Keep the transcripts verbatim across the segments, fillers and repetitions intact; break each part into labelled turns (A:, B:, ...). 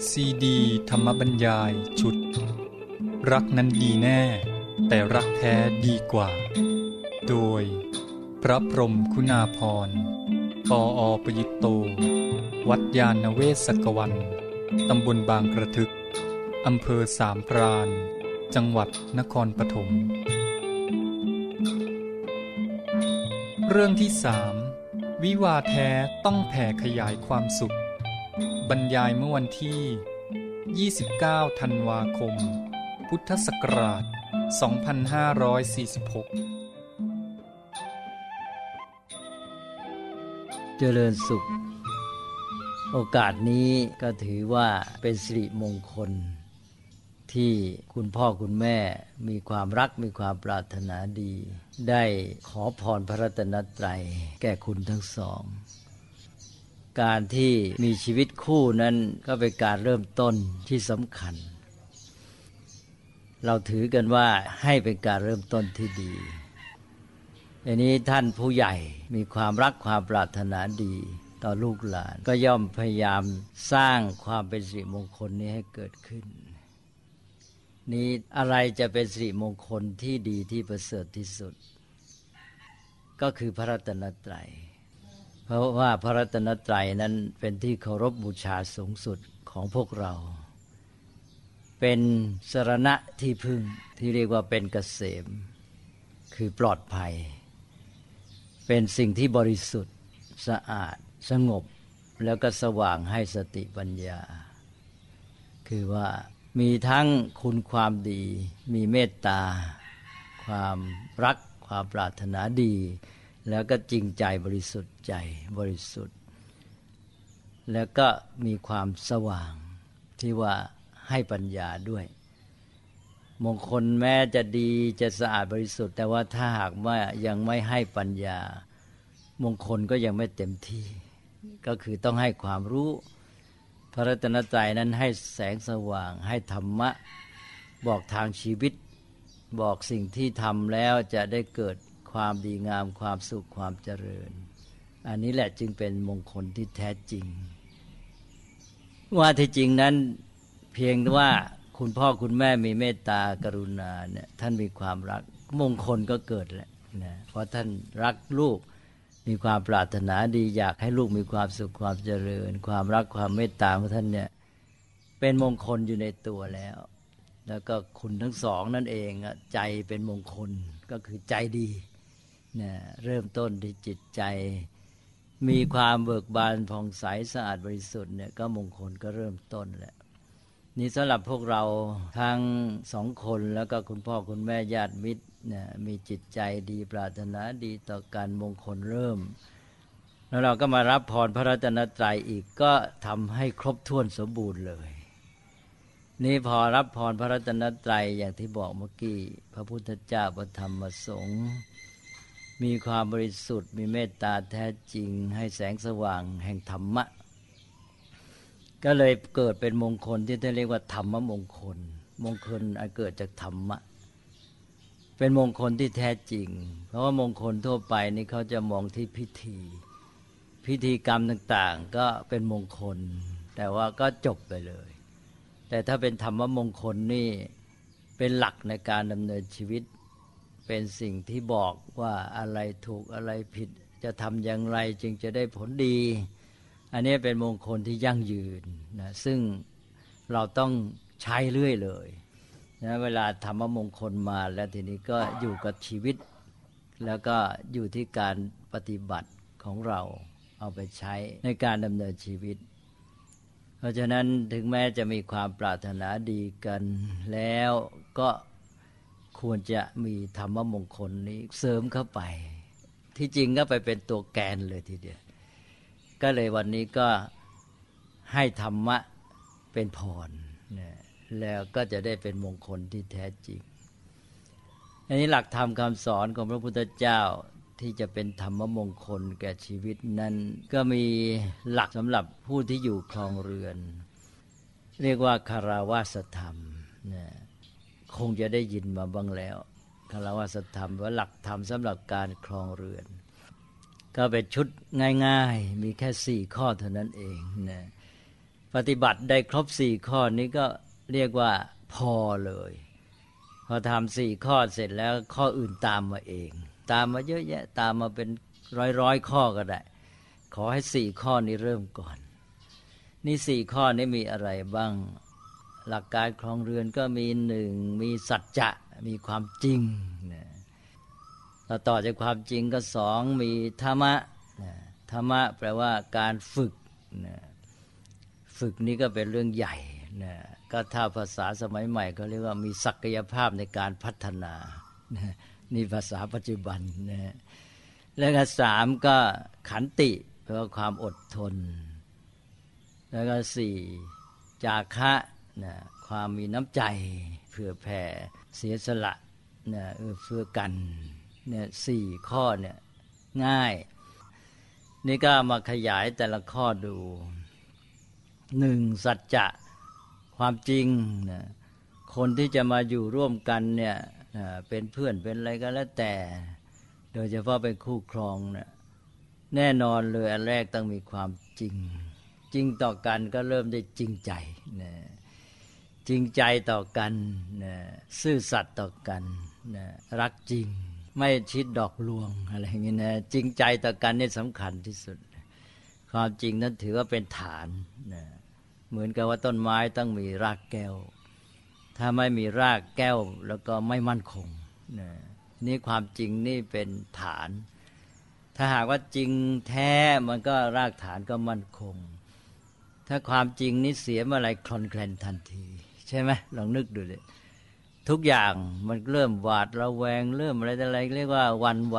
A: ซีดีธรรมบรรยายชุดรักนั้นดีแน่แต่รักแท้ดีกว่าโดยพระพรหมคุณาภรณ์ปออประยุตโตวัดยาณเวศกวันตำบลบางกระทึกอำเภอสามพรานจังหวัดนครปฐมเรื่องที่สามวิวาห์แท้ต้องแผ่ขยายความสุขบรรยายเมื่อวันที่ยี่สิบเก้าธันวาคมพุทธศักราชสองพันห้าร้อยสี่สิบหก
B: เจริญสุขโอกาสนี้ก็ถือว่าเป็นสิริมงคลที่คุณพ่อคุณแม่มีความรักมีความปรารถนาดีได้ขอพรพระรัตนตรัยแก่คุณทั้งสองการที่มีชีวิตคู่นั้นก็เป็นการเริ่มต้นที่สำคัญเราถือกันว่าให้เป็นการเริ่มต้นที่ดีอันนี้ท่านผู้ใหญ่มีความรักความปรารถนาดีต่อลูกหลานก็ย่อมพยายามสร้างความเป็นสิริมงคลนี้ให้เกิดขึ้นนี้อะไรจะเป็นสิริมงคลที่ดีที่ประเสริฐที่สุดก็คือพระรัตนตรัยเพราะว่าพระรัตนตรัยนั้นเป็นที่เคารพบูชาสูงสุดของพวกเราเป็นสรณะที่พึ่งที่เรียกว่าเป็นเกษมคือปลอดภัยเป็นสิ่งที่บริสุทธิ์สะอาดสงบแล้วก็สว่างให้สติปัญญาคือว่ามีทั้งคุณความดีมีเมตตาความรักความปรารถนาดีแล้วก็จริงใจบริสุทธิ์ใจบริสุทธิ์แล้วก็มีความสว่างที่ว่าให้ปัญญาด้วยมงคลแม้จะดีจะสะอาดบริสุทธิ์แต่ว่าถ้าหากว่ายังไม่ให้ปัญญามงคลก็ยังไม่เต็มที่ก็คือต้องให้ความรู้พระรัตนตรัยนั้นให้แสงสว่างให้ธรรมะบอกทางชีวิตบอกสิ่งที่ทำแล้วจะได้เกิดความดีงามความสุขความเจริญอันนี้แหละจึงเป็นมงคลที่แท้จริงว่าที่จริงนั้นเพียงว่าคุณพ่อคุณแม่มีเมตตากรุณาเนี่ยท่านมีความรักมงคลก็เกิดแหละนะเพราะท่านรักลูกมีความปรารถนาดีอยากให้ลูกมีความสุขความเจริญความรักความเมตตาของท่านเนี่ยเป็นมงคลอยู่ในตัวแล้วแล้วก็คุณทั้งสองนั่นเองใจเป็นมงคลก็คือใจดีเนี่ยเริ่มต้นที่จิตใจมีความเบิกบานผ่องใสสะอาดบริสุทธิ์เนี่ยก็มงคลก็เริ่มต้นแหละนี่สำหรับพวกเราทั้งสองคนแล้วก็คุณพ่อคุณแม่ญาติมิตรเนี่ยมีจิตใจดีปรารถนาดีต่อการมงคลเริ่มแล้วเราก็มารับพรพระรัตนตรัยอีกก็ทำให้ครบถ้วนสมบูรณ์เลยนี่พอรับพรพระรัตนตรัยอย่างที่บอกเมื่อกี้พระพุทธเจ้าพระธรรมพระสงฆ์มีความบริสุทธิ์มีเมตตาแท้จริงให้แสงสว่างแห่งธรรมะก็เลยเกิดเป็นมงคลที่ท่านเรียกว่าธรรมมงคลมงคลอันเกิดจากธรรมะเป็นมงคลที่แท้จริงเพราะว่ามงคลทั่วไปนี่เขาจะมองที่พิธีพิธีกรรมต่างๆก็เป็นมงคลแต่ว่าก็จบไปเลยแต่ถ้าเป็นธรรมมงคลนี่เป็นหลักในการดำเนินชีวิตเป็นสิ่งที่บอกว่าอะไรถูกอะไรผิดจะทำอย่างไรจึงจะได้ผลดีอันนี้เป็นมงคลที่ยั่งยืนนะซึ่งเราต้องใช้เรื่อยเลยนะเวลาธรรมมงคลมาแล้วทีนี้ก็อยู่กับชีวิตแล้วก็อยู่ที่การปฏิบัติของเราเอาไปใช้ในการดำเนินชีวิตเพราะฉะนั้นถึงแม้จะมีความปรารถนาดีกันแล้วก็ควรจะมีธรรมมงคลนี้เสริมเข้าไปที่จริงก็ไปเป็นตัวแกนเลยทีเดียวก็เลยวันนี้ก็ให้ธรรมะเป็นพรนะแล้วก็จะได้เป็นมงคลที่แท้จริงอันนี้หลักธรรมคำสอนของพระพุทธเจ้าที่จะเป็นธรรมมงคลแก่ชีวิตนั้นก็มีหลักสำหรับผู้ที่อยู่ครองเรือนเรียกว่าคารวาสธรรมนะคงจะได้ยินมาบ้างแล้วคารวาสธรรมว่าหลักธรรมสำหรับการครองเรือนก็เป็นชุดง่ายๆมีแค่สี่ข้อเท่านั้นเองนะปฏิบัติได้ครบสี่ข้อนี้ก็เรียกว่าพอเลยพอทำสี่ข้อเสร็จแล้วข้ออื่นตามมาเองตามมาเยอะแยะตามมาเป็นร้อยร้อยข้อก็ได้ขอให้สี่ข้อนี้เริ่มก่อนนี่สี่ข้อนี้มีอะไรบ้างหลักการครองเรือนก็มีหนึ่งมีสัจจะมีความจริงนะต่อจากความจริงก็สองมีธรรมะนะธรรมะแปลว่าการฝึกนะฝึกนี้ก็เป็นเรื่องใหญ่นะก็ถ้าภาษาสมัยใหม่เขาเรียกว่ามีศักยภาพในการพัฒนานะนี่ภาษาปัจจุบันนะแล้วก็สามก็ขันติแปลว่าความอดทนแล้วก็สี่จาคะนะความมีน้ำใจเผื่อแผ่เสียสละนะเอื้อเฟื้อกันเนี่ยสี่ข้อเนี่ยง่ายนี่ก็มาขยายแต่ละข้อดูหนึ่งสัจจะความจริงนะคนที่จะมาอยู่ร่วมกันเนี่ยเป็นเพื่อนเป็นอะไรก็แล้วแต่โดยเฉพาะเป็นคู่ครองเนี่ยแน่นอนเลยอันแรกต้องมีความจริงจริงต่อกันก็เริ่มได้จริงใจนะจริงใจต่อกันนะซื่อสัตย์ต่อกันนะรักจริงไม่ชิดดอกลวงอะไรอย่างนี้นะจริงใจต่อกันนี่สำคัญที่สุดความจริงนั้นถือว่าเป็นฐานนะเหมือนกับว่าต้นไม้ต้องมีรากแก้วถ้าไม่มีรากแก้วแล้วก็ไม่มั่นคงนะนี่ความจริงนี่เป็นฐานถ้าหากว่าจริงแท้มันก็รากฐานก็มั่นคงถ้าความจริงนี้เสียเมื่อไรคลอนแคลนทันทีใช่ไหมลองนึกดูดิทุกอย่างมันเริ่มหวาดระแวงเริ่มอะไรอะไรเรียกว่าหวั่นไหว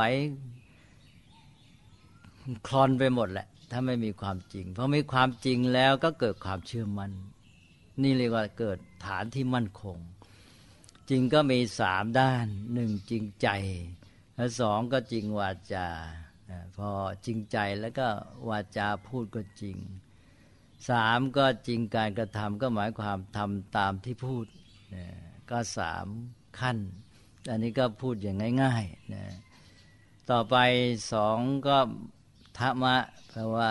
B: คลอนไปหมดแหละถ้าไม่มีความจริงเพราะมีความจริงแล้วก็เกิดความเชื่อมั่นนี่เรียกว่าเกิดฐานที่มั่นคงจริงก็มีสามด้านหนึ่งจริงใจและสองก็จริงวาจาพอจริงใจแล้วก็วาจาพูดก็จริงสามก็จริงการกระทำก็หมายความทำตามที่พูดก็สามขั้นอันนี้ก็พูดอย่างง่ายๆนะต่อไปสองก็ธรรมะแปลว่า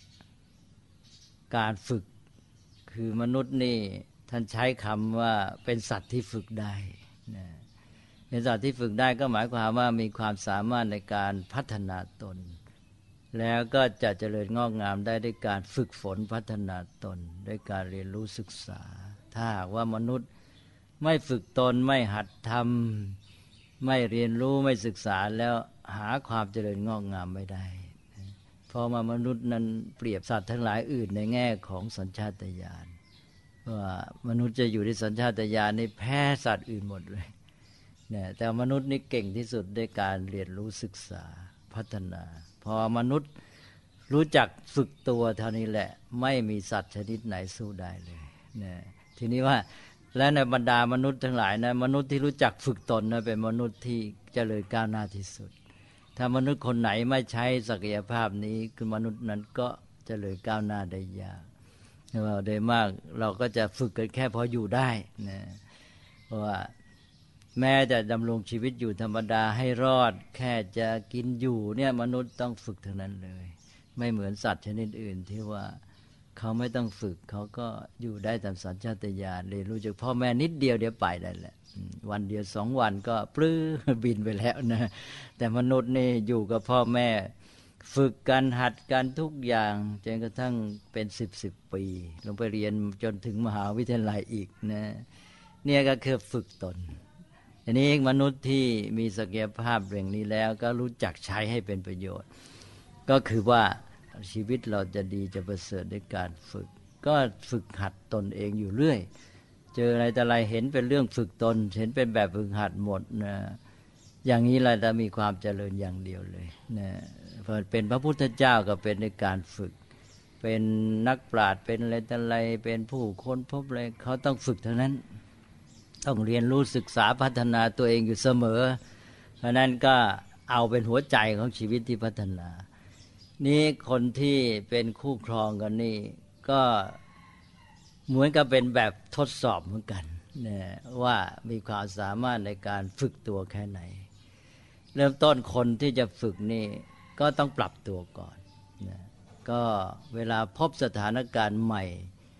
B: การฝึกคือมนุษย์นี่ท่านใช้คำว่าเป็นสัตว์ที่ฝึกได้นะเป็นสัตว์ที่ฝึกได้ก็หมายความว่ามีความสามารถในการพัฒนาตนแล้วก็จะเจริญงอกงามได้ด้วยการฝึกฝนพัฒนาตนด้วยการเรียนรู้ศึกษาถ้าหากว่ามนุษย์ไม่ฝึกตนไม่หัดทำไม่เรียนรู้ไม่ศึกษาแล้วหาความเจริญงอกงามไม่ได้เพราะว่ามนุษย์นั้นเปรียบสัตว์ทั้งหลายอื่นในแง่ของสัญชาตญาณว่ามนุษย์จะอยู่ในสัญชาตญาณนี่แพ้สัตว์อื่นหมดเลยเนี่ยแต่มนุษย์นี่เก่งที่สุดด้วยการเรียนรู้ศึกษาพัฒนาพอมนุษย์รู้จักฝึกตัวเท่านี้แหละไม่มีสัตว์ชนิดไหนสู้ได้เลยเนี่ยทีนี้ว่าและในบรรดามนุษย์ทั้งหลายนะมนุษย์ที่รู้จักฝึกตนนะเป็นมนุษย์ที่เจริญก้าวหน้าที่สุดถ้ามนุษย์คนไหนไม่ใช้ศักยภาพนี้คือมนุษย์นั้นก็เจริญก้าวหน้าได้ยากว่าโดยมากเราก็จะฝึกกันแค่พออยู่ได้นะเพราะว่าแม้จะดำรงชีวิตอยู่ธรรมดาให้รอดแค่จะกินอยู่เนี่ยมนุษย์ต้องฝึกทั้งนั้นเลยไม่เหมือนสัตว์ชนิดอื่นที่ว่าเขาไม่ต้องฝึกเขาก็อยู่ได้ตามสัญชาตญาณเรียนรู้จากพ่อแม่นิดเดียวเดี๋ยวไปได้แหละวันเดียวสองวันก็ปลื้อบินไปแล้วนะแต่มนุษย์นี่อยู่กับพ่อแม่ฝึกกันหัดกันทุกอย่างจนกระทั่งเป็นสิบสิบปีลงไปเรียนจนถึงมหาวิทยาลัยอีกนะเนี่ยก็คือฝึกตนอันนี้มนุษย์ที่มีศักยภาพอย่างนี้แล้วก็รู้จักใช้ให้เป็นประโยชน์ก็คือว่าชีวิตเราจะดีจะประเสริฐด้วยการฝึกก็ฝึกหัดตนเองอยู่เรื่อยเจออะไรแต่อะไรเห็นเป็นเรื่องฝึกตนเห็นเป็นแบบฝึกหัดหมดนะอย่างนี้เราจะมีความเจริญอย่างเดียวเลยนะพอเป็นพระพุทธเจ้าก็เป็นในการฝึกเป็นนักปราชญ์เป็นอะไรแต่อะไรเป็นผู้ค้นพบอะไรเขาต้องฝึกเท่านั้นต้องเรียนรู้ศึกษาพัฒนาตัวเองอยู่เสมอเพราะนั้นก็เอาเป็นหัวใจของชีวิตที่พัฒนานี่คนที่เป็นคู่ครองกันนี่ก็เหมือนกับเป็นแบบทดสอบเหมือนกันนะว่ามีความสามารถในการฝึกตัวแค่ไหนเริ่มต้นคนที่จะฝึกนี่ก็ต้องปรับตัวก่อนนะก็เวลาพบสถานการณ์ใหม่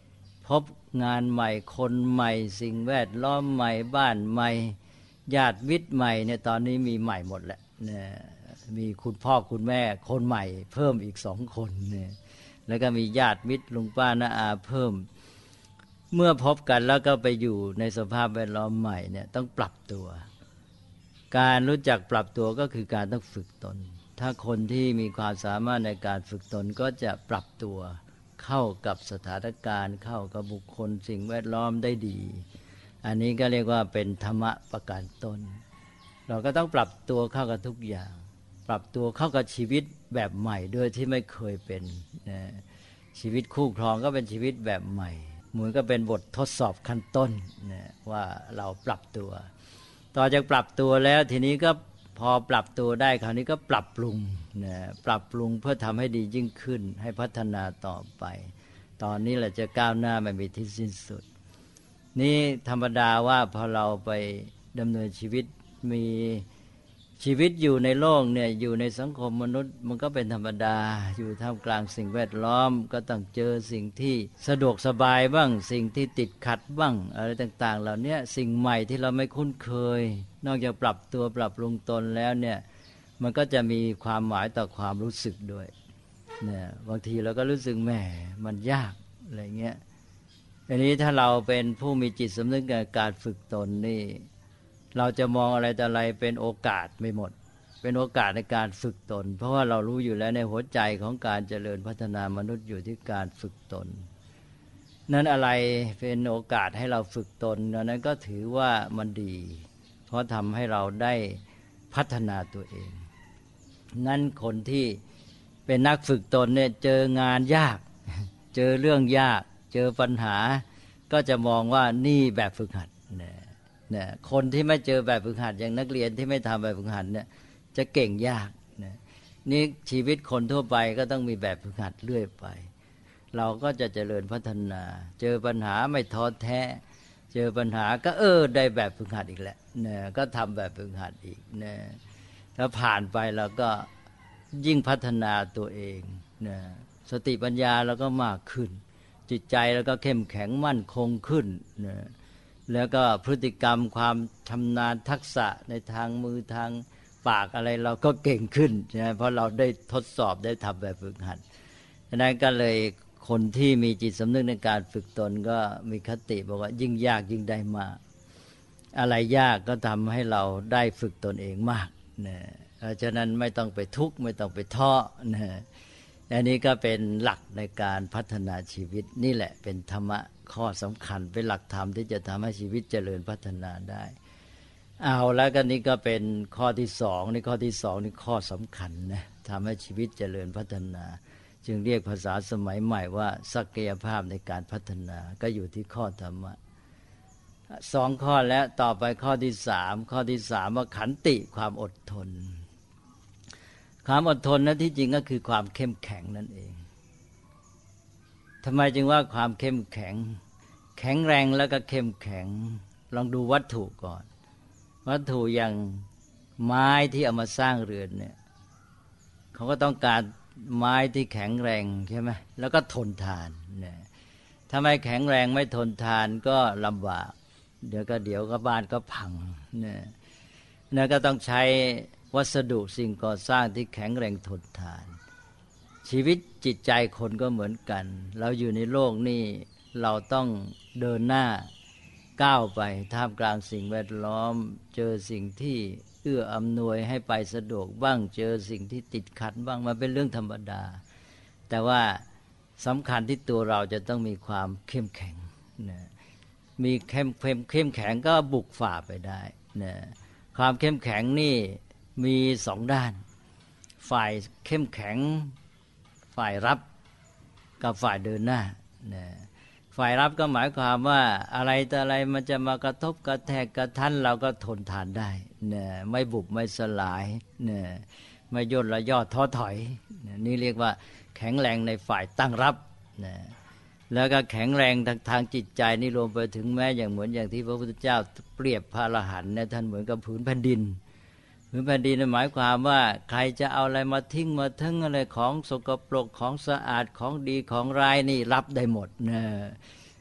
B: พบงานใหม่คนใหม่สิ่งแวดล้อมใหม่บ้านใหม่ญาติมิตรใหม่เนี่ยตอนนี้มีใหม่หมดแหละเนี่ยมีคุณพ่อคุณแม่คนใหม่เพิ่มอีกสองคนเนี่ยแล้วก็มีญาติมิตรลุงป้าน้าอาเพิ่มเมื่อพบกันแล้วก็ไปอยู่ในสภาพแวดล้อมใหม่เนี่ยต้องปรับตัวการรู้จักปรับตัวก็คือการต้องฝึกตนถ้าคนที่มีความสามารถในการฝึกตนก็จะปรับตัวเข้ากับสถานการณ์เข้ากับบุคคลสิ่งแวดล้อมได้ดีอันนี้ก็เรียกว่าเป็นธรรมะประการตนเราก็ต้องปรับตัวเข้ากับทุกอย่างปรับตัวเข้ากับชีวิตแบบใหม่โดยที่ไม่เคยเป็นนะชีวิตคู่ครองก็เป็นชีวิตแบบใหม่เหมือนก็เป็นบททดสอบขั้นต้นนะว่าเราปรับตัวต่อจากปรับตัวแล้วทีนี้ก็พอปรับตัวได้คราวนี้ก็ปรับปรุงนะปรับปรุงเพื่อทำให้ดียิ่งขึ้นให้พัฒนาต่อไปตอนนี้แหละจะก้าวหน้าไม่มีที่สิ้นสุดนี่ธรรมดาว่าพอเราไปดำเนินชีวิตมีชีวิตอยู่ในโลกเนี่ยอยู่ในสังคมมนุษย์มันก็เป็นธรรมดาอยู่ท่ามกลางสิ่งแวดล้อมก็ต้องเจอสิ่งที่สะดวกสบายบ้างสิ่งที่ติดขัดบ้างอะไรต่างๆเหล่านี้สิ่งใหม่ที่เราไม่คุ้นเคยนอกจากปรับตัวปรับปรุงตนแล้วเนี่ยมันก็จะมีความหมายต่อความรู้สึกด้วยเนี่ยบางทีเราก็รู้สึกแหมมันยากอะไรเงี้ยอันนี้ถ้าเราเป็นผู้มีจิตสำนึกในการฝึกตนนี่เราจะมองอะไรแต่อะไรเป็นโอกาสไม่หมดเป็นโอกาสในการฝึกตนเพราะว่าเรารู้อยู่แล้วในหัวใจของการเจริญพัฒนามนุษย์อยู่ที่การฝึกตนนั้นอะไรเป็นโอกาสให้เราฝึกตนนั้นก็ถือว่ามันดีเพราะทำให้เราได้พัฒนาตัวเองงั้นคนที่เป็นนักฝึกตนเนี่ยเจองานยากเจอเรื่องยากเจอปัญหาก็จะมองว่านี่แบบฝึกหัดเนี่ยเนี่ยคนที่ไม่เจอแบบฝึกหัดอย่างนักเรียนที่ไม่ทำแบบฝึกหัดเนี่ยจะเก่งยากนะนี่ชีวิตคนทั่วไปก็ต้องมีแบบฝึกหัดเรื่อยไปเราก็จะเจริญพัฒนาเจอปัญหาไม่ท้อแท้เจอปัญหาก็เออได้แบบฝึกหัดอีกแหละเนี่ยก็ทำแบบฝึกหัดอีกเนี่ยถ้าผ่านไปเราก็ยิ่งพัฒนาตัวเองเนี่ยสติปัญญาเราก็มากขึ้นจิตใจเราก็เข้มแข็งมั่นคงขึ้นเนี่ยแล้วก็พฤติกรรมความชำนาญทักษะในทางมือทางปากอะไรเราก็เก่งขึ้นใช่ไหมเพราะเราได้ทดสอบได้ทำแบบฝึกหัดดังนั้นก็เลยคนที่มีจิตสำนึกในการฝึกตนก็มีคติบอกว่ายิ่งยากยิ่งได้มากอะไรยากก็ทำให้เราได้ฝึกตนเองมากนะเพราะฉะนั้นไม่ต้องไปทุกข์ไม่ต้องไปท้อนะอันนี้ก็เป็นหลักในการพัฒนาชีวิตนี่แหละเป็นธรรมะข้อสำคัญเป็นหลักธรรมที่จะทำให้ชีวิตเจริญพัฒนาได้เอาแล้วก็นี่ก็เป็นข้อที่สองนี่ข้อที่สองนี่ข้อสำคัญนะทำให้ชีวิตเจริญพัฒนาจึงเรียกภาษาสมัยใหม่ว่าศักยภาพในการพัฒนาก็อยู่ที่ข้อธรรมะสองข้อแล้วต่อไปข้อที่สามข้อที่สามว่าขันติความอดทนความอดทนนั้นที่จริงก็คือความเข้มแข็งนั่นเองทำไมจึงว่าความเข้มแข็งแข็งแรงแล้วก็เข้มแข็งลองดูวัตถุก่อนวัตถุอย่างไม้ที่เอามาสร้างเรือนเนี่ยเขาก็ต้องการไม้ที่แข็งแรงใช่ไหมแล้วก็ทนทานเนี่ยถ้าไม่แข็งแรงไม่ทนทานก็ลำบากเดี๋ยวก็เดี๋ยวก็บ้านก็พังเนี่ยนั่นก็ต้องใช้วัสดุสิ่งก่อสร้างที่แข็งแรงทนทานชีวิตจิตใจคนก็เหมือนกันเราอยู่ในโลกนี้เราต้องเดินหน้าก้าวไปท่ามกลางสิ่งแวดล้อมเจอสิ่งที่เอื้ออำนวยให้ไปสะดวกบ้างเจอสิ่งที่ติดขัดบ้างมันเป็นเรื่องธรรมดาแต่ว่าสำคัญที่ตัวเราจะต้องมีความเข้มแข็งนะมีเข้มเข้มเข้มแข็งก็บุกฝ่าไปได้นะความเข้มแข็งนี่มีสองด้านฝ่ายเข้มแข็งฝ่ายรับกับฝ่ายเดินหน้านะฝ่ายรับก็หมายความว่าอะไรแต่อะไรมันจะมากระทบกระแทกกระทันเราก็ทนทานได้นะไม่บุบไม่สลายนะไม่ย่นระย่อท้อถอยนะนี่เรียกว่าแข็งแรงในฝ่ายตั้งรับนะแล้วก็แข็งแรงทางทางจิตใจนี่รวมไปถึงแม้อย่างเหมือนอย่างที่พระพุทธเจ้าเปรียบพระอรหันต์เนี่ยท่านเหมือนกับผืนแผ่นดินผืนแผ่นดินหมายความว่าใครจะเอาอะไรมาทิ้งมาทั้งอะไรของสกปรกของสะอาดของดีของร้ายนี่รับได้หมดนะ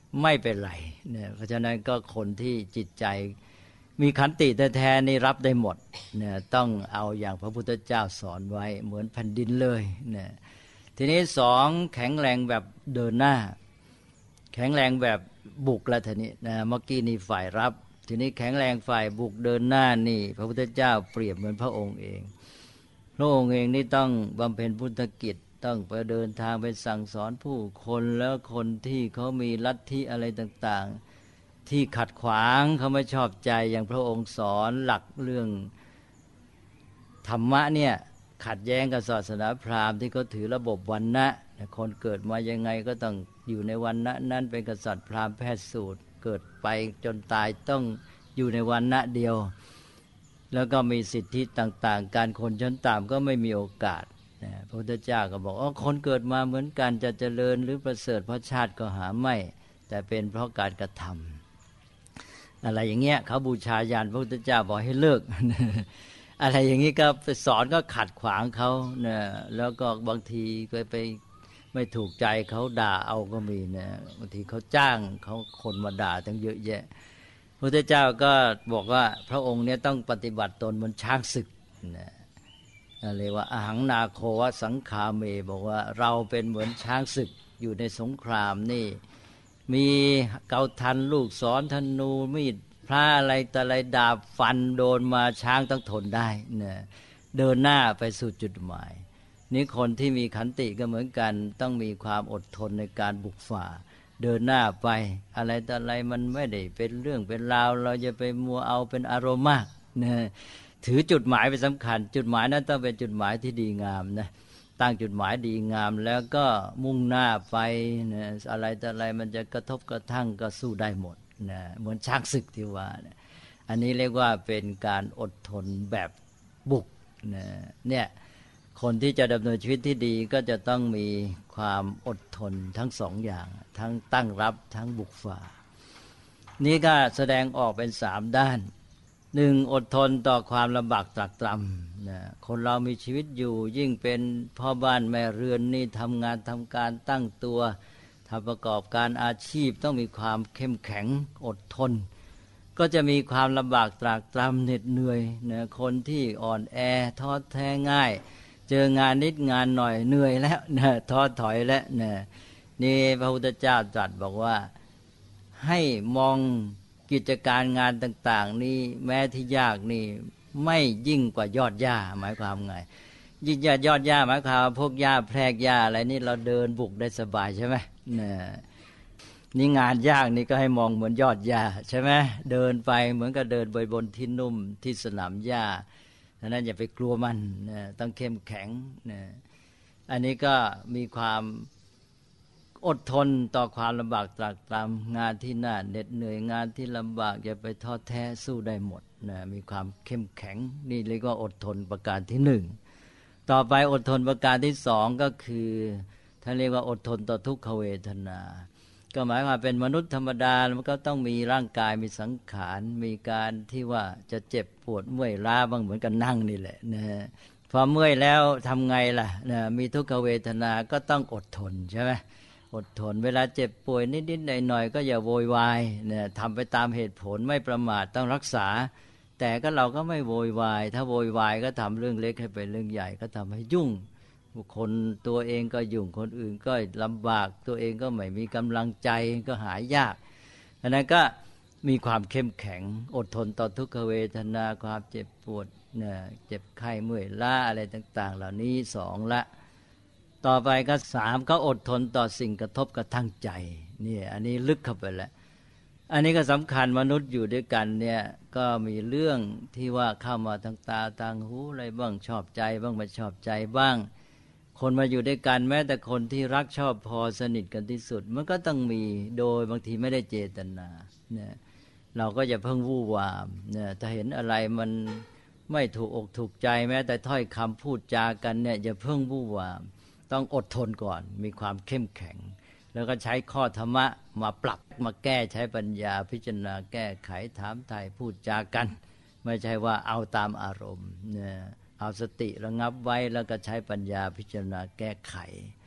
B: ไม่เป็นไรเนี่ยเพราะฉะนั้นก็คนที่จิตใจมีขันติแท้ๆนี่รับได้หมดเนี่ยต้องเอาอย่างพระพุทธเจ้าสอนไว้เหมือนแผ่นดินเลยเนี่ยทีนี้สองแข็งแรงแบบเดินหน้าแข็งแรงแบบบุกแล้วทีนี้นะเมื่อกี้นี่ฝ่ายรับทีนี้แข็งแรงฝ่ายบุกเดินหน้านี่พระพุทธเจ้าเปรียบเหมือนพระองค์เองพระองค์เองนี่ต้องบำเพ็ญพุทธกิจต้องไปเดินทางไปสั่งสอนผู้คนแล้วคนที่เขามีลัทธิอะไรต่างๆที่ขัดขวางเขาไม่ชอบใจอย่างพระองค์สอนหลักเรื่องธรรมะเนี่ยขัดแย้งกับศาสนาพราหมณ์ที่เขาถือระบบวรรณะคนเกิดมายังไงก็ต้องอยู่ในวรรณะนั้นเป็นกษัตริย์พราหมณ์แพทย์สูตรเกิดไปจนตายต้องอยู่ในวรรณะเดียวแล้วก็มีสิทธิต่างๆการคนชั้นต่ำก็ไม่มีโอกาสพระพุทธเจ้าก็บอกอ๋อคนเกิดมาเหมือนกันจะเจริญหรือประเสริฐเพราะชาติก็หาไม่แต่เป็นเพราะการกระทำอะไรอย่างเงี้ยเขาบูชายันพระพุทธเจ้าบอกให้เลิก อะไรอย่างนี้ก็ไปสอนก็ขัดขวางเขาเนี่ยแล้วก็บางทีก็ไปไม่ถูกใจเขาด่าเอาก็มีนะบางทีเขาจ้างเขาคนมาด่าตั้งเยอะแยะพระพุทธเจ้าก็บอกว่าพระองค์เนี่ยต้องปฏิบัติตนเหมือนช้างศึกนะเรียกว่าอหังนาโควสังคาเมบอกว่าเราเป็นเหมือนช้างศึกอยู่ในสงครามนี่มีเกาทันลูกศรธนูมีดพระอะไรแต่อะไรดาบฟันโดนมาช้างต้องทนได้นะเดินหน้าไปสู่จุดหมายนี่คนที่มีขันติก็เหมือนกันต้องมีความอดทนในการบุกฝ่าเดินหน้าไปอะไรแต่อะไรมันไม่ได้เป็นเรื่องเป็นราวเราจะไปมัวเอาเป็นอารมณ์มากนะถือจุดหมายเป็นสำคัญจุดหมายนั้นต้องเป็นจุดหมายที่ดีงามนะตั้งจุดหมายดีงามแล้วก็มุ่งหน้าไปนะอะไรแต่อะไรมันจะกระทบกระทั่งก็สู้ได้หมดนะเหมือนช้างศึกที่ว่านะอันนี้เรียกว่าเป็นการอดทนแบบบุกนะเนี่ยคนที่จะดำเนินชีวิตที่ดีก็จะต้องมีความอดทนทั้งสองอย่างทั้งตั้งรับทั้งบุกฝ่านี่ก็แสดงออกเป็นสามด้านหนึ่งอดทนต่อความลำบากตรากตรำนะคนเรามีชีวิตอยู่ยิ่งเป็นพ่อบ้านแม่เรือนนี่ทำงานทำการตั้งตัวทำประกอบการอาชีพต้องมีความเข้มแข็งอดทนก็จะมีความลำบากตรากตรำเหน็ดเหนื่อยนะคนที่อ่อนแอท้อแท้ง่ายเจองานนิดงานหน่อยเหนื่อยแล้วนะท้อถอยแล้วนะนี่พระพุทธเจ้าตรัสบอกว่าให้มองกิจการงานต่างๆนี่แม้ที่ยากนี่ไม่ยิ่งกว่ายอดหญ้าหมายความไงยิ่งยอดยอดหญ้าหมายความพวกหญ้าแพรกหญ้าอะไรนี่เราเดินบุกได้สบายใช่ไหมนะนี่งานยากนี่ก็ให้มองเหมือนยอดหญ้าใช่ไหมเดินไปเหมือนกับเดินบนบนที่นุ่มที่สนามหญ้าดังนั้นอย่าไปกลัวมันนะต้องเข้มแข็งนะอันนี้ก็มีความอดทนต่อความลำบากตรากตรำงานที่น่าเหน็ดเหนื่อยงานที่ลำบากอย่าไปท้อแท้สู้ได้หมดนะมีความเข้มแข็งนี่เรียกว่าอดทนประการที่หนึ่งต่อไปอดทนประการที่สองก็คือท่านเรียกว่าอดทนต่อทุกขเวทนาก็หมายความเป็นมนุษย์ธรรมดามันก็ต้องมีร่างกายมีสังขารมีการที่ว่าจะเจ็บปวดเมื่อยล้าบ้างเหมือนกันนั่งนี่แหละนะพอเมื่อยแล้วทำไงล่ะนะมีทุกขเวทนาก็ต้องอดทนใช่ไหมอดทนเวลาเจ็บป่วยนิดๆหน่อยๆก็อย่าโวยวายนะทำไปตามเหตุผลไม่ประมาทต้องรักษาแต่ก็เราก็ไม่โวยวายถ้าโวยวายก็ทำเรื่องเล็กให้เป็นเรื่องใหญ่ก็ทำให้ยุ่งคนตัวเองก็ยุ่งคนอื่นก็ลำบากตัวเองก็ไม่มีกำลังใจก็หายยากดังนั้นก็มีความเข้มแข็งอดทนต่อทุกขเวทนาความเจ็บปวดเนี่ยเจ็บไข้เมื่อยล้าอะไรต่างๆเหล่านี้สองละต่อไปก็สามก็อดทนต่อสิ่งกระทบกระทั่งใจนี่อันนี้ลึกเข้าไปแล้วอันนี้ก็สำคัญมนุษย์อยู่ด้วยกันเนี่ยก็มีเรื่องที่ว่าเข้ามาทางตาทางหูอะไรบ้างชอบใจบ้างไม่ชอบใจบ้างคนมาอยู่ด้วยกันแม้แต่คนที่รักชอบพอสนิทกันที่สุดมันก็ต้องมีโดยบางทีไม่ได้เจตนาเนี่ยเราก็อย่าเพิ่งวู่วามเนี่ยถ้าเห็นอะไรมันไม่ถูกอกถูกใจแม้แต่ถ้อยคำพูดจากันเนี่ยอย่าเพิ่งวู่วามต้องอดทนก่อนมีความเข้มแข็งแล้วก็ใช้ข้อธรรมะมาปรับมาแก้ใช้ปัญญาพิจารณาแก้ไขถามไถ่พูดจากันไม่ใช่ว่าเอาตามอารมณ์เนี่ยเอาสติระงับไว้แล้วก็ใช้ปัญญาพิจารณาแก้ไข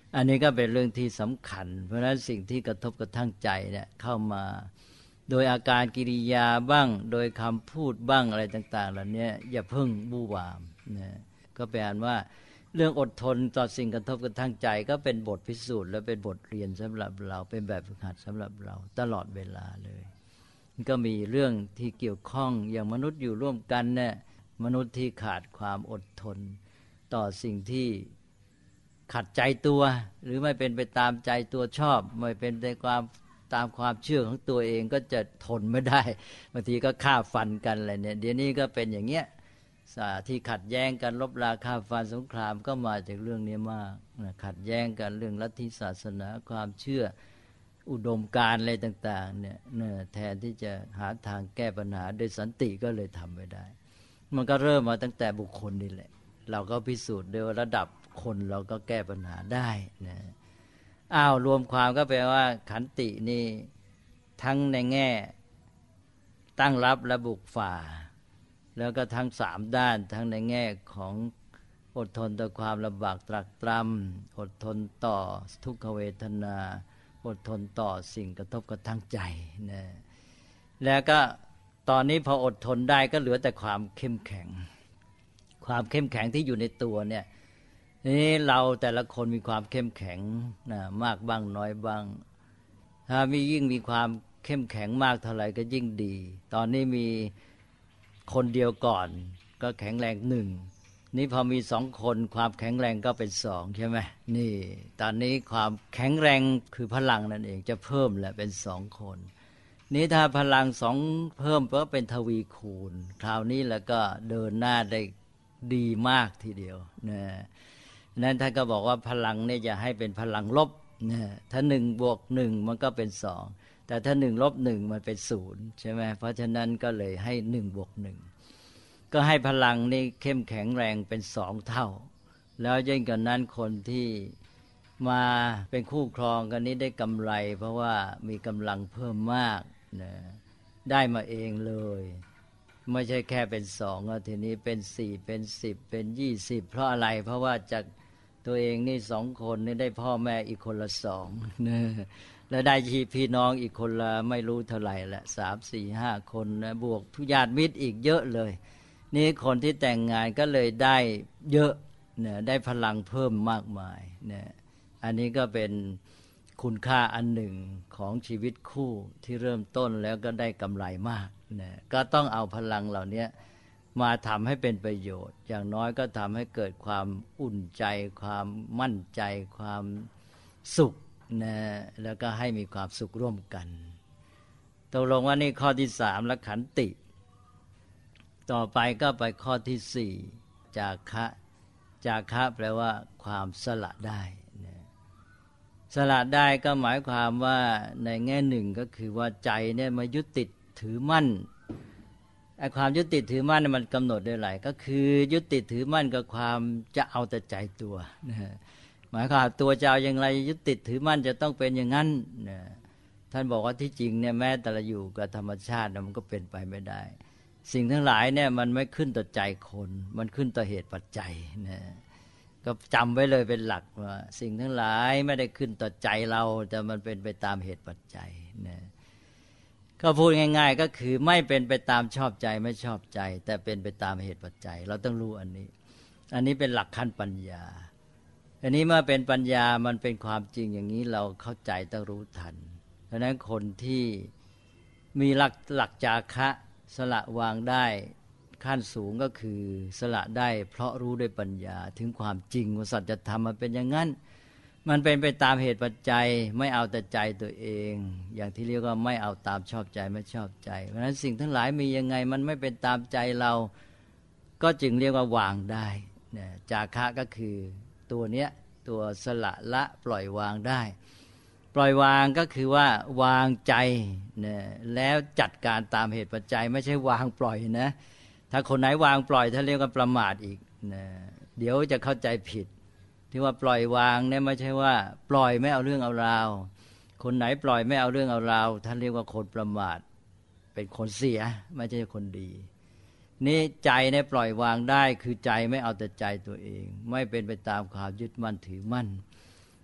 B: อันนี้ก็เป็นเรื่องที่สำคัญเพราะฉะนั้นสิ่งที่กระทบกระทั่งใจเนี่ยเข้ามาโดยอาการกิริยาบ้างโดยคำพูดบ้างอะไรต่างๆเหล่านี้อย่าเพิ่งบู่วามนะก็แปลว่าเรื่องอดทนต่อสิ่งกระทบกระทั่งใจก็เป็นบทพิสูจน์และเป็นบทเรียนสำหรับเราเป็นแบบฝึกหัดสำหรับเราตลอดเวลาเลยก็มีเรื่องที่เกี่ยวข้องอย่างมนุษย์อยู่ร่วมกันเนี่ยมนุษย์ที่ขาดความอดทนต่อสิ่งที่ขัดใจตัวหรือไม่เป็นไปตามใจตัวชอบไม่เป็นไปความตามความเชื่อของตัวเองก็จะทนไม่ได้บางทีก็ฆ่าฟันกันอะไรเนี่ยเดี๋ยวนี้ก็เป็นอย่างเงี้ยที่ขัดแย้งกันลบราฆ่าฟันสงครามก็มาจากเรื่องนี้มากนะขัดแย้งกันเรื่องลัทธิศาสนาความเชื่ออุดมการณ์อะไรต่างๆเนี่ยแทนที่จะหาทางแก้ปัญหาโดยสันติก็เลยทำไม่ได้มันก็เริ่มมาตั้งแต่บุคคลนี่แหละเราก็พิสูจน์โดยระดับคนเราก็แก้ปัญหาได้นะอ้าวรวมความก็แปลว่าขันตินี่ทั้งในแง่ตั้งรับและบุกฝ่าแล้วก็ทั้งสามด้านทั้งในแง่ของอดทนต่อความลำบากตรากตรำอดทนต่อทุกขเวทนาอดทนต่อสิ่งกระทบกระทั่งใจนะแล้วก็ตอนนี้พออดทนได้ก็เหลือแต่ความเข้มแข็งความเข้มแข็งที่อยู่ในตัวเนี่ยนี่เราแต่ละคนมีความเข้มแข็งนะมากบ้างน้อยบ้างถ้ามียิ่งมีความเข้มแข็งมากเท่าไหร่ก็ยิ่งดีตอนนี้มีคนเดียวก่อนก็แข็งแรงหนึ่งนี่พอมีสองคนความแข็งแรงก็เป็นสองใช่ไหมนี่ตอนนี้ความแข็งแรงคือพลังนั่นเองจะเพิ่มแหละเป็นสองคนนี้ถ้าพลังสองเพิ่มก็เป็นทวีคูณคราวนี้แล้วก็เดินหน้าได้ดีมากทีเดียวนะนั้นท่านก็บอกว่าพลังเนี่ยจะให้เป็นพลังลบนะถ้าหนึ่งบวกหนึ่งมันก็เป็นสองแต่ถ้าหนึ่งลบหนึ่งมันเป็นศูนย์ใช่ไหมเพราะฉะนั้นก็เลยให้หนึ่งบวกหนึ่งก็ให้พลังนี่เข้มแข็งแรงเป็นสองเท่าแล้วยิ่งกว่านั้นคนที่มาเป็นคู่ครองกันนี้ได้กำไรเพราะว่ามีกำลังเพิ่มมากนะได้มาเองเลยไม่ใช่แค่เป็นสองแล้วทีนี้เป็นสี่เป็นสิบเป็นยี่สิบเพราะอะไรเพราะว่าจากตัวเองนี่สองคนนี่ได้พ่อแม่อีกคนละสองนะแล้วได้พี่น้องอีกคนละไม่รู้เท่าไหร่ละสามสี่ห้าคนนะบวกญาติมิตรอีกเยอะเลยนี่คนที่แต่งงานก็เลยได้เยอะเนี่ยได้พลังเพิ่มมากมายเนี่ยอันนี้ก็เป็นคุณค่าอันหนึ่งของชีวิตคู่ที่เริ่มต้นแล้วก็ได้กำไรมากเนี่ยก็ต้องเอาพลังเหล่านี้มาทำให้เป็นประโยชน์อย่างน้อยก็ทำให้เกิดความอุ่นใจความมั่นใจความสุขนะแล้วก็ให้มีความสุขร่วมกันตกลงว่านี่ข้อที่สามและขันติต่อไปก็ไปข้อที่สี่จาคะจาคะแปลว่าความสละได้นะสละได้ก็หมายความว่าในแง่หนึ่งก็คือว่าใจเนี่ยมายึดติดถือมั่นไอ้ความยึดติดถือมั่นมันกำหนดได้หลายก็คือยึดติดถือมั่นกับความจะเอาแต่ใจตัวนะหมายความตัวจะเอาอย่างไรยึดติดถือมั่นจะต้องเป็นอย่างนั้นนะท่านบอกว่าที่จริงเนี่ยแม้แต่ละอยู่กับธรรมชาติมันก็เป็นไปไม่ได้สิ่งทั้งหลายเนี่ยมันไม่ขึ้นต่อใจคนมันขึ้นต่อเหตุปัจจัยนะก็จำไว้เลยเป็นหลักว่าสิ่งทั้งหลายไม่ได้ขึ้นต่อใจเราแต่มันเป็นไปตามเหตุปัจจัยนะก็พูดง่ายๆก็คือไม่เป็นไปตามชอบใจไม่ชอบใจแต่เป็นไปตามเหตุปัจจัยเราต้องรู้อันนี้อันนี้เป็นหลักขั้นปัญญาอันนี้เมื่อเป็นปัญญามันเป็นความจริงอย่างนี้เราเข้าใจต้องรู้ทันเพราะฉะนั้นคนที่มีหลักหลักจาคะสละวางได้ขั้นสูงก็คือสละได้เพราะรู้ด้วยปัญญาถึงความจริงว่าสัจธรรมมันเป็นอย่างนั้นมันเป็นไปตามเหตุปัจจัยไม่เอาแต่ใจตัวเองอย่างที่เรียกว่าไม่เอาตามชอบใจไม่ชอบใจเพราะฉะนั้นสิ่งทั้งหลายมียังไงมันไม่เป็นตามใจเราก็จึงเรียกว่าวางได้เนี่ยจาคะก็คือตัวเนี้ยตัวสละละปล่อยวางได้ปล่อยวางก็คือว่าวางใจเนี่ยแล้วจัดการตามเหตุปัจจัยไม่ใช่วางปล่อยนะถ้าคนไหนวางปล่อยถ้าเรียกว่าประมาทอีกนะเดี๋ยวจะเข้าใจผิดที่ว่าปล่อยวางเนี่ยไม่ใช่ว่าปล่อยไม่เอาเรื่องเอาราวคนไหนปล่อยไม่เอาเรื่องเอาราวท่านเรียกว่าคนประมาทเป็นคนเสียไม่ใช่คนดีนี่ใจเนี่ยปล่อยวางได้คือใจไม่เอาแต่ใจตัวเองไม่เป็นไปตามความยึดมั่นถือมั่น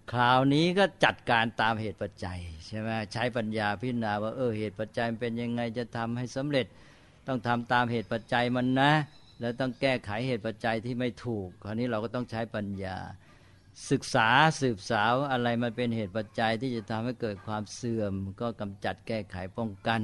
B: คราวนี้ก็จัดการตามเหตุปัจจัยใช่ไหมใช้ปัญญาพิจารณาว่าเออเหตุปัจจัยเป็นยังไงจะทำให้สำเร็จต้องทำตามเหตุปัจจัยมันนะแล้วต้องแก้ไขเหตุปัจจัยที่ไม่ถูกคราวนี้เราก็ต้องใช้ปัญญาศึกษาสืบสาวอะไรมันเป็นเหตุปัจจัยที่จะทำให้เกิดความเสื่อมก็กำจัดแก้ไขป้องกัน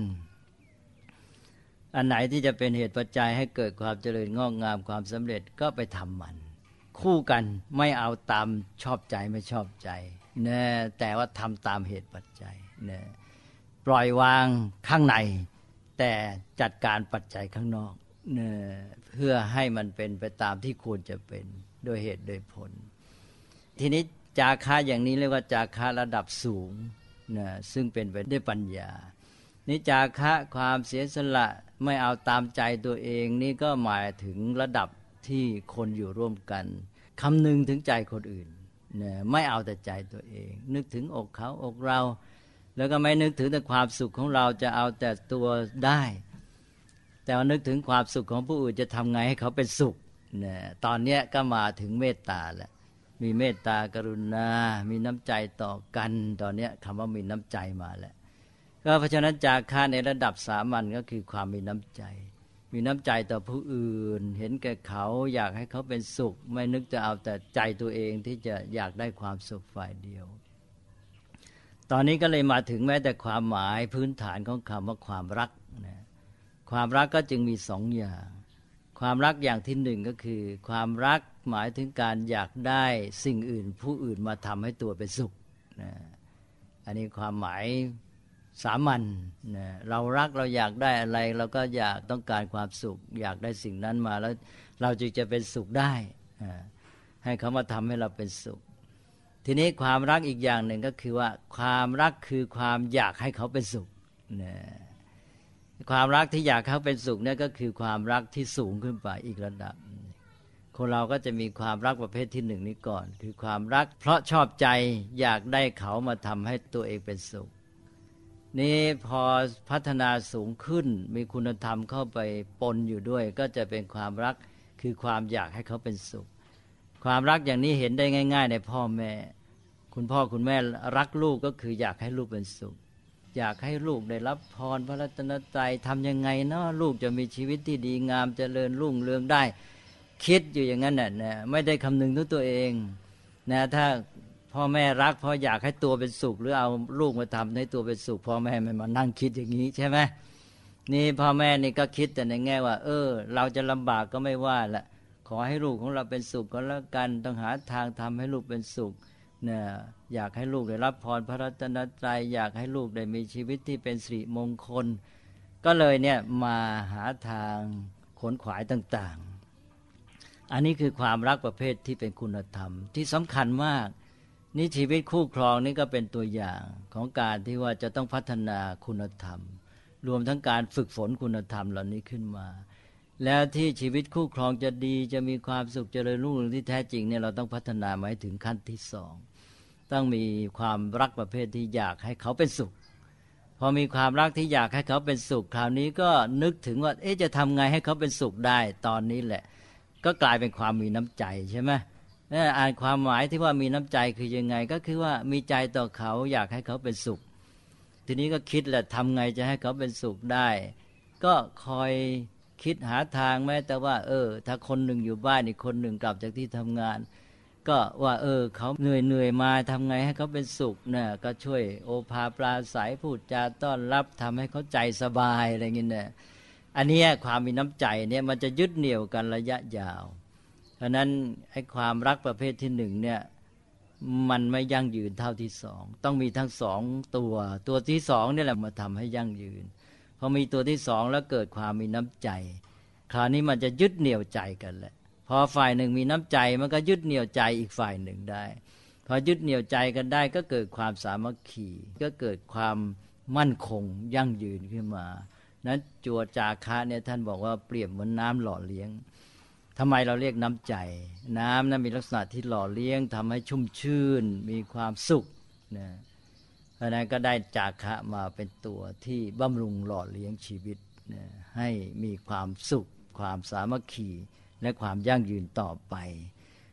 B: อันไหนที่จะเป็นเหตุปัจจัยให้เกิดความเจริญงอกงามความสำเร็จก็ไปทำมันคู่กันไม่เอาตามชอบใจไม่ชอบใจนะแต่ว่าทำตามเหตุปัจจัยนะปล่อยวางข้างในแต่จัดการปัจจัยข้างนอกนะเพื่อให้มันเป็นไปตามที่ควรจะเป็นโดยเหตุโดยผลทีนี้จาคะอย่างนี้เรียกว่าจาคะระดับสูงนะซึ่งเป็นไปด้วยปัญญานี่จาคะความเสียสละไม่เอาตามใจตัวเองนี่ก็หมายถึงระดับที่คนอยู่ร่วมกันคำนึงถึงใจคนอื่นนะไม่เอาแต่ใจตัวเองนึกถึงอกเขาอกเราแล้วก็ไม่นึกถึงแต่ความสุขของเราจะเอาแต่ตัวได้แต่ว่านึกถึงความสุขของผู้อื่นจะทำไงให้เขาเป็นสุขนะตอนนี้ก็มาถึงเมตตาแล้วมีเมตตากรุณามีน้ำใจต่อกันตอนนี้คำว่ามีน้ำใจมาแล้วก็เพราะฉะนั้นจาคะในระดับสามัญก็คือความมีน้ำใจมีน้ำใจต่อผู้อื่นเห็นแก่เขาอยากให้เขาเป็นสุขไม่นึกจะเอาแต่ใจตัวเองที่จะอยากได้ความสุขฝ่ายเดียวตอนนี้ก็เลยมาถึงแม้แต่ความหมายพื้นฐานของคำว่าความรักนะความรักก็จึงมีสองอย่างความรักอย่างที่หนึ่งก็คือความรักหมายถึงการอยากได้สิ่งอื่นผู้อื่นมาทำให้ตัวเป็นสุขนะอันนี้ความหมายสามัญนะเรารักเราอยากได้อะไรเราก็อยากต้องการความสุขอยากได้สิ่งนั้นมาแล้วเราจึงจะเป็นสุขได้ให้เขามาทำให้เราเป็นสุขทีนี้ความรักอีกอย่างหนึ่งก็คือว่าความรักคือความอยากให้เขาเป็นสุขนะความรักที่อยากเขาเป็นสุขเนี่ยก็คือความรักที่สูงขึ้นไปอีกระดับคนเราก็จะมีความรักประเภทที่หนึ่งนี้ก่อนคือความรักเพราะชอบใจอยากได้เขามาทำให้ตัวเองเป็นสุขนี่พอพัฒนาสูงขึ้นมีคุณธรรมเข้าไปปนอยู่ด้วยก็จะเป็นความรักคือความอยากให้เขาเป็นสุขความรักอย่างนี้เห็นได้ง่ายๆในพ่อแม่คุณพ่อคุณแม่รักลูกก็คืออยากให้ลูกเป็นสุขอยากให้ลูกได้รับพรพระรัตนตรัยทำยังไงเนาะลูกจะมีชีวิตที่ดีงามเจริญรุ่งเรืองได้คิดอยู่อย่างนั้นน่ะนะไม่ได้คำนึงถึงตัวเองนะถ้าพ่อแม่รักเพราะอยากให้ตัวเป็นสุขหรือเอาลูกมาทำให้ตัวเป็นสุขพ่อแม่ไม่มานั่งคิดอย่างนี้ใช่ไหมนี่พ่อแม่นี่ก็คิดแต่ในแง่ว่าเออเราจะลำบากก็ไม่ว่าละขอให้ลูกของเราเป็นสุขก็แล้วกันต้องหาทางทำให้ลูกเป็นสุขเนี่ยอยากให้ลูกได้รับพรพระรัตนตรัยอยากให้ลูกได้มีชีวิตที่เป็นสิริมงคลก็เลยเนี่ยมาหาทางขนขวายต่างๆอันนี้คือความรักประเภทที่เป็นคุณธรรมที่สำคัญมากนี่ชีวิตคู่ครองนี่ก็เป็นตัวอย่างของการที่ว่าจะต้องพัฒนาคุณธรรมรวมทั้งการฝึกฝนคุณธรรมเหล่านี้ขึ้นมาแล้วที่ชีวิตคู่ครองจะดีจะมีความสุขเจริญรุ่งเรืองที่แท้จริงเนี่ยเราต้องพัฒนามาให้ถึงขั้นที่สองต้องมีความรักประเภทที่อยากให้เขาเป็นสุขพอมีความรักที่อยากให้เขาเป็นสุขคราวนี้ก็นึกถึงว่าเอ๊ะจะทำไงให้เขาเป็นสุขได้ตอนนี้แหละก็กลายเป็นความมีน้ำใจใช่ไหมอ่านความหมายที่ว่ามีน้ำใจคือยังไงก็คือว่ามีใจต่อเขาอยากให้เขาเป็นสุขทีนี้ก็คิดแหละทำไงจะให้เขาเป็นสุขได้ก็คอยคิดหาทางแม้แต่ว่าเออถ้าคนหนึ่งอยู่บ้านอีกคนหนึ่งกลับจากที่ทำงานก็ว่าเออเขาเหนื่อยเหนื่อยมาทำไงให้เขาเป็นสุขเนี่ยก็ช่วยโอภาปราศัยพูดจาต้อนรับทำให้เขาใจสบายอะไรเงี้ยเนี่ยอันนี้ความมีน้ำใจเนี่ยมันจะยึดเหนี่ยวกันระยะยาวเพราะนั้นไอ้ความรักประเภทที่หนึ่งเนี่ยมันไม่ยั่งยืนเท่าที่สองต้องมีทั้งสองตัวตัวที่สองนี่แหละมาทำให้ยั่งยืนพอมีตัวที่สองแล้วเกิดความมีน้ำใจคราวนี้มันจะยึดเหนี่ยวใจกันแหละพอฝ่ายหนึ่งมีน้ำใจมันก็ยึดเหนี่ยวใจอีกฝ่ายหนึ่งได้พอยึดเหนี่ยวใจกันได้ก็เกิดความสามัคคีก็เกิดความมั่นคงยั่งยืนขึ้นมานั้นจัวจาคะเนี่ยท่านบอกว่าเปรียบเหมือนน้ำหล่อเลี้ยงทำไมเราเรียกน้ำใจน้ำนั้นมีลักษณะที่หล่อเลี้ยงทำให้ชุ่มชื่นมีความสุขนะเพราะนั้นก็ได้จาคะมาเป็นตัวที่บำรุงหล่อเลี้ยงชีวิตนะให้มีความสุขความสามัคคีและความยั่งยืนต่อไป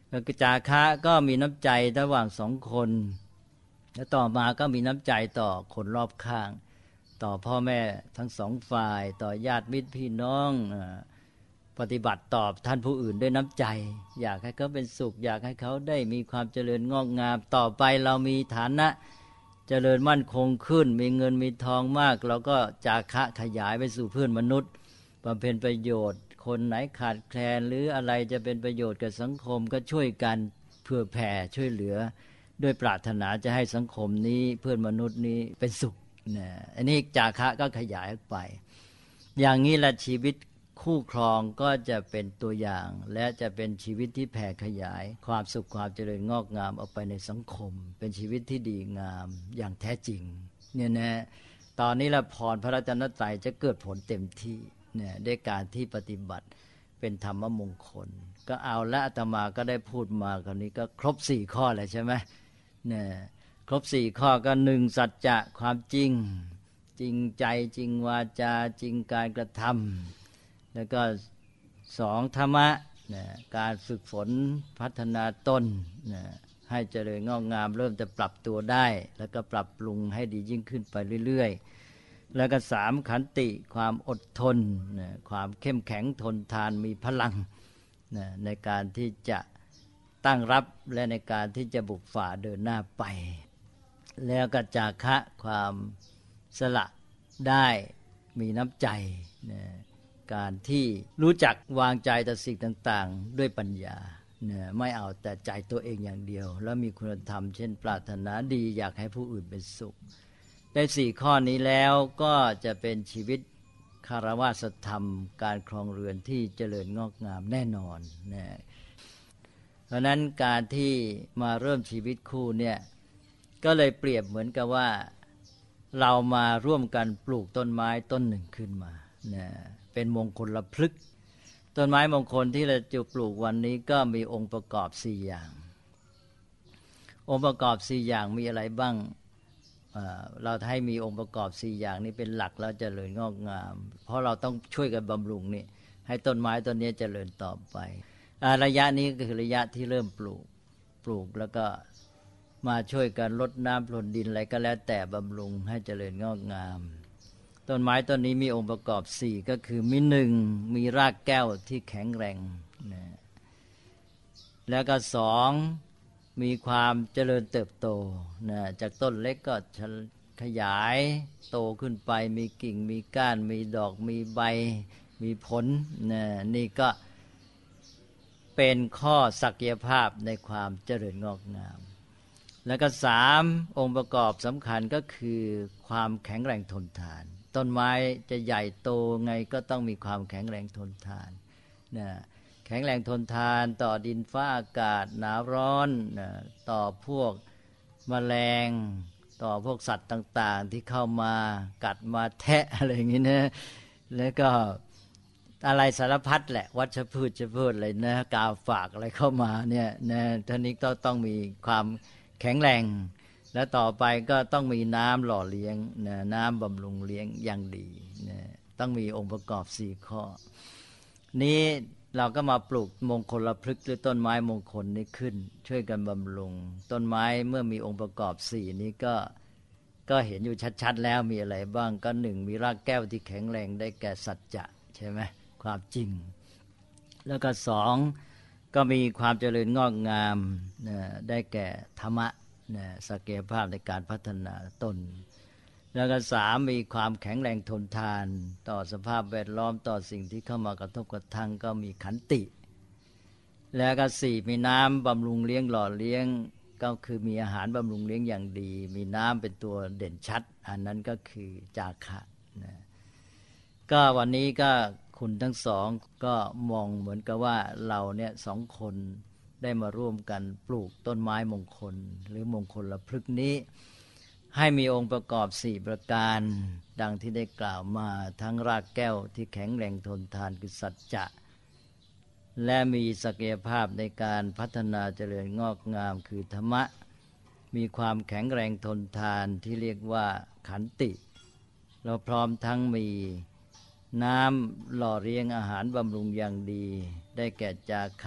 B: แล้วก็จาคะก็มีน้ำใจระหว่างสองคนแล้วต่อมาก็มีน้ำใจต่อคนรอบข้างต่อพ่อแม่ทั้งสองฝ่ายต่อญาติมิตรพี่น้องปฏิบัติตอบท่านผู้อื่นด้วยน้ำใจอยากให้เขาเป็นสุขอยากให้เขาได้มีความเจริญงอกงามต่อไปเรามีฐานะเจริญมั่นคงขึ้นมีเงินมีทองมากเราก็จาคะขยายไปสู่เพื่อนมนุษย์บำเพ็ญประโยชน์คนไหนขาดแคลนหรืออะไรจะเป็นประโยชน์กับสังคมก็ช่วยกันเพื่อแผ่ช่วยเหลือด้วยปรารถนาจะให้สังคมนี้เพื่อนมนุษย์นี้เป็นสุขนะอันนี้จาคะก็ขยายไปอย่างนี้ละชีวิตคู่ครองก็จะเป็นตัวอย่างและจะเป็นชีวิตที่แผ่ขยายความสุขความเจริญงอกงามออกไปในสังคมเป็นชีวิตที่ดีงามอย่างแท้จริงเนี่ยนะตอนนี้ละพรพระรัตนตรัยจะเกิดผลเต็มที่เนี่ยด้วยการที่ปฏิบัติเป็นธรรมมงคลก็เอาละอาตมาก็ได้พูดมาคราวนี้ก็ครบสี่ข้อแล้วใช่ไหมเนี่ยครบสี่ข้อก็หนึ่งสัจจะความจริงจริงใจจริงวาจาจริงการกระทำแล้วก็สองธรรมะเนี่ยการฝึกฝนพัฒนาตนเนี่ยให้เจริญงอกงามเริ่มจะปรับตัวได้แล้วก็ปรับปรุงให้ดียิ่งขึ้นไปเรื่อยๆแล้วก็สามขันติความอดทนเนี่ยความเข้มแข็งทนทานมีพลังเนี่ยในการที่จะตั้งรับและในการที่จะบุกฝ่าเดินหน้าไปแล้วก็จาคะความสละได้มีน้ำใจเนี่ยการที่รู้จักวางใจต่อสิ่งต่างๆด้วยปัญญาเนี่ยไม่เอาแต่ใจตัวเองอย่างเดียวแล้วมีคุณธรรมเช่นปรารถนาดีอยากให้ผู้อื่นเป็นสุขได้สี่ข้อนี้แล้วก็จะเป็นชีวิตคารวะธรรมการครองเรือนที่เจริญงอกงามแน่นอนนะเพราะนั้นการที่มาเริ่มชีวิตคู่เนี่ยก็เลยเปรียบเหมือนกับว่าเรามาร่วมกันปลูกต้นไม้ต้นหนึ่งขึ้นมานะเป็นมงคลพฤกษ์ต้นไม้มงคลที่เราจะปลูกวันนี้ก็มีองค์ประกอบสี่อย่างองค์ประกอบสี่อย่างมีอะไรบ้างเราให้มีองค์ประกอบสี่อย่างนี้เป็นหลักแล้วเจริญงอกงามเพราะเราต้องช่วยกันบำรุงนี่ให้ต้นไม้ต้นนี้เจริญต่อไประยะนี้ก็คือระยะที่เริ่มปลูกปลูกแล้วก็มาช่วยกันรดน้ำพรวนดินอะไรก็แล้วแต่บำรุงให้เจริญงอกงามต้นไม้ต้นนี้มีองค์ประกอบสี่ก็คือมีหนึ่งมีรากแก้วที่แข็งแรงนะแล้วก็สองมีความเจริญเติบโตนะจากต้นเล็กก็ขยายโตขึ้นไปมีกิ่งมีก้านมีดอกมีใบมีผลนะนี่ก็เป็นข้อศักยภาพในความเจริญงอกงามแล้วก็สามองค์ประกอบสำคัญก็คือความแข็งแรงทนทานต้นไม้จะใหญ่โตไงก็ต้องมีความแข็งแรงทนทานนะแข็งแรงทนทานต่อดินฟ้าอากาศหนาวร้อนนะต่อพวกแมลงต่อพวกสัตว์ต่างๆที่เข้ามากัดมาแทะอะไรอย่างนี้นะแล้วก็อะไรสารพัดแหละวัชพืชจะพืชอะไรนะกาฝากอะไรเข้ามาเนี่ยนะท่านี้ก็ต้องมีความแข็งแรงและต่อไปก็ต้องมีน้ำหล่อเลี้ยงนะน้ำบำรุงเลี้ยงอย่างดีนะต้องมีองค์ประกอบสี่ข้อนี้เราก็มาปลูกมงคลพฤกษ์หรือต้นไม้มงคลนี้ขึ้นช่วยกันบำรุงต้นไม้เมื่อมีองค์ประกอบสี่นี้ก็ก็เห็นอยู่ชัดๆแล้วมีอะไรบ้างก็หนึ่งมีรากแก้วที่แข็งแรงได้แก่สัจจะใช่ไหมความจริงแล้วก็สองก็มีความเจริญงอกงามนะได้แก่ธรรมะนะศักยภาพในการพัฒนาตนแล้วก็สามมีความแข็งแรงทนทานต่อสภาพแวดล้อมต่อสิ่งที่เข้ามากระทบกระทั่งก็มีขันติแล้วก็สี่มีน้ำบำรุงเลี้ยงหล่อเลี้ยงก็คือมีอาหารบำรุงเลี้ยงอย่างดีมีน้ำเป็นตัวเด่นชัดอันนั้นก็คือจาคะนะก็วันนี้ก็คุณทั้งสองก็มองเหมือนกับว่าเราเนี่ยสองคนได้มาร่วมกันปลูกต้นไม้มงคลหรือมงคลพฤกษ์นี้ให้มีองค์ประกอบสี่ประการดังที่ได้กล่าวมาทั้งรากแก้วที่แข็งแรงทนทานคือสัจจะและมีศักยภาพในการพัฒนาเจริญงอกงามคือธรรมะมีความแข็งแรงทนทานที่เรียกว่าขันติเราพร้อมทั้งมีน้ำหล่อเลี้ยงอาหารบำรุงอย่างดีได้แก่จาคะ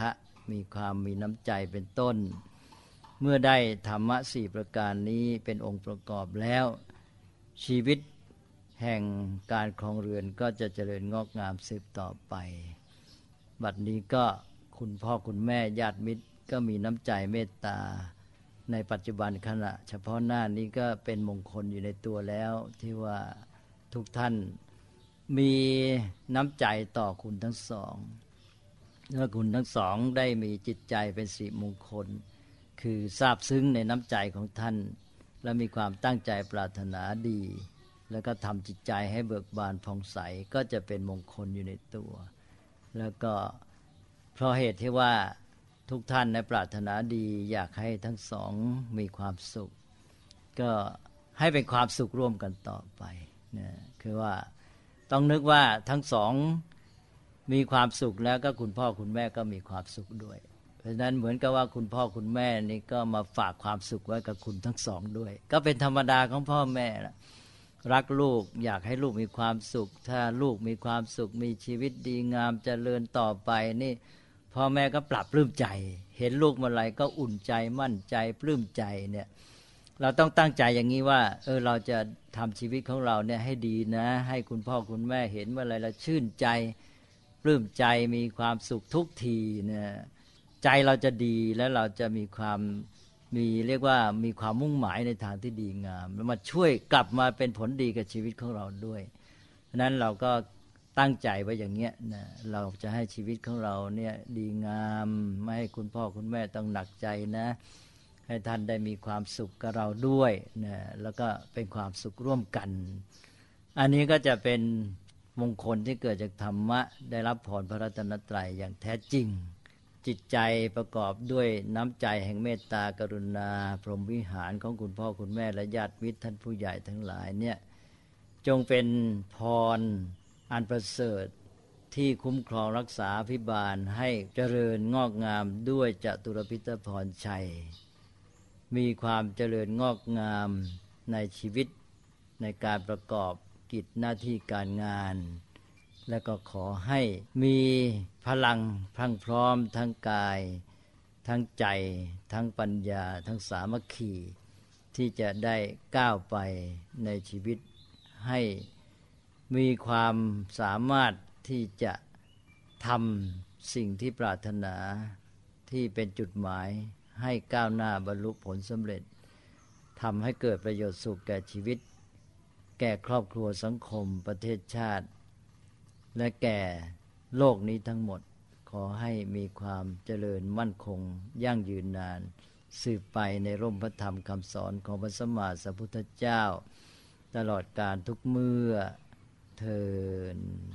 B: มีความมีน้ำใจเป็นต้นเมื่อได้ธรรมะสี่ประการนี้เป็นองค์ประกอบแล้วชีวิตแห่งการครองเรือนก็จะเจริญงอกงามสืบต่อไปบัดนี้ก็คุณพ่อคุณแม่ญาติมิตรก็มีน้ำใจเมตตาในปัจจุบันขณะเฉพาะหน้านี้ก็เป็นมงคลอยู่ในตัวแล้วที่ว่าทุกท่านมีน้ำใจต่อคุณทั้งสองและคุณทั้งสองได้มีจิตใจเป็นสิริมงคลคือซาบซึ้งในน้ำใจของท่านและมีความตั้งใจปรารถนาดีแล้วก็ทำจิตใจให้เบิกบานผ่องใสก็จะเป็นมงคลอยู่ในตัวแล้วก็เพราะเหตุที่ว่าทุกท่านในปรารถนาดีอยากให้ทั้งสองมีความสุขก็ให้เป็นความสุขร่วมกันต่อไปนะคือว่าต้องนึกว่าทั้งสองมีความสุขแล้วก็คุณพ่อคุณแม่ก็มีความสุขด้วยเพราะฉะนั้นเหมือนกับว่าคุณพ่อคุณแม่นี่ก็มาฝากความสุขไว้กับคุณทั้งสองด้วยก็เป็นธรรมดาของพ่อแม่ละรักลูกอยากให้ลูกมีความสุขถ้าลูกมีความสุขมีชีวิตดีงามเจริญต่อไปนี่พ่อแม่ก็ปรับปลื้มใจเห็นลูกเมื่อไหร่ก็อุ่นใจมั่นใจปลื้มใจเนี่ยเราต้องตั้งใจอย่างนี้ว่าเออเราจะทำชีวิตของเราเนี่ยให้ดีนะให้คุณพ่อคุณแม่เห็นเมื่อไหร่เราชื่นใจปลื้มใจมีความสุขทุกทีเนี่ยใจเราจะดีแล้วเราจะมีความมีเรียกว่ามีความมุ่งหมายในทางที่ดีงามแล้วมาช่วยกลับมาเป็นผลดีกับชีวิตของเราด้วยเพราะนั้นเราก็ตั้งใจไว้อย่างเงี้ยนะเราจะให้ชีวิตของเราเนี่ยดีงามไม่ให้คุณพ่อคุณแม่ต้องหนักใจนะให้ท่านได้มีความสุขกับเราด้วยนะแล้วก็เป็นความสุขร่วมกันอันนี้ก็จะเป็นมงคลที่เกิดจากธรรมะได้รับพรพระรัตนตรัยอย่างแท้จริงจิตใจประกอบด้วยน้ำใจแห่งเมตตากรุณาพรหมวิหารของคุณพ่อคุณแม่และญาติมิตรท่านผู้ใหญ่ทั้งหลายเนี่ยจงเป็นพรอันประเสริฐที่คุ้มครองรักษาภิบาลให้เจริญงอกงามด้วยจตุรพิทพรชัยมีความเจริญงอกงามในชีวิตในการประกอบกิจหน้าที่การงานและก็ขอให้มีพลังพรั่งพร้อมทั้งกายทั้งใจทั้งปัญญาทั้งสามัคคีที่จะได้ก้าวไปในชีวิตให้มีความสามารถที่จะทำสิ่งที่ปรารถนาที่เป็นจุดหมายให้ก้าวหน้าบรรลุผลสำเร็จทำให้เกิดประโยชน์สุขแก่ชีวิตแก่ครอบครัวสังคมประเทศชาติและแก่โลกนี้ทั้งหมดขอให้มีความเจริญมั่นคงยั่งยืนนานสืบไปในร่มพระธรรมคำสอนของพระสัมมาสัมพุทธเจ้าตลอดกาลทุกเมื่อเทอญ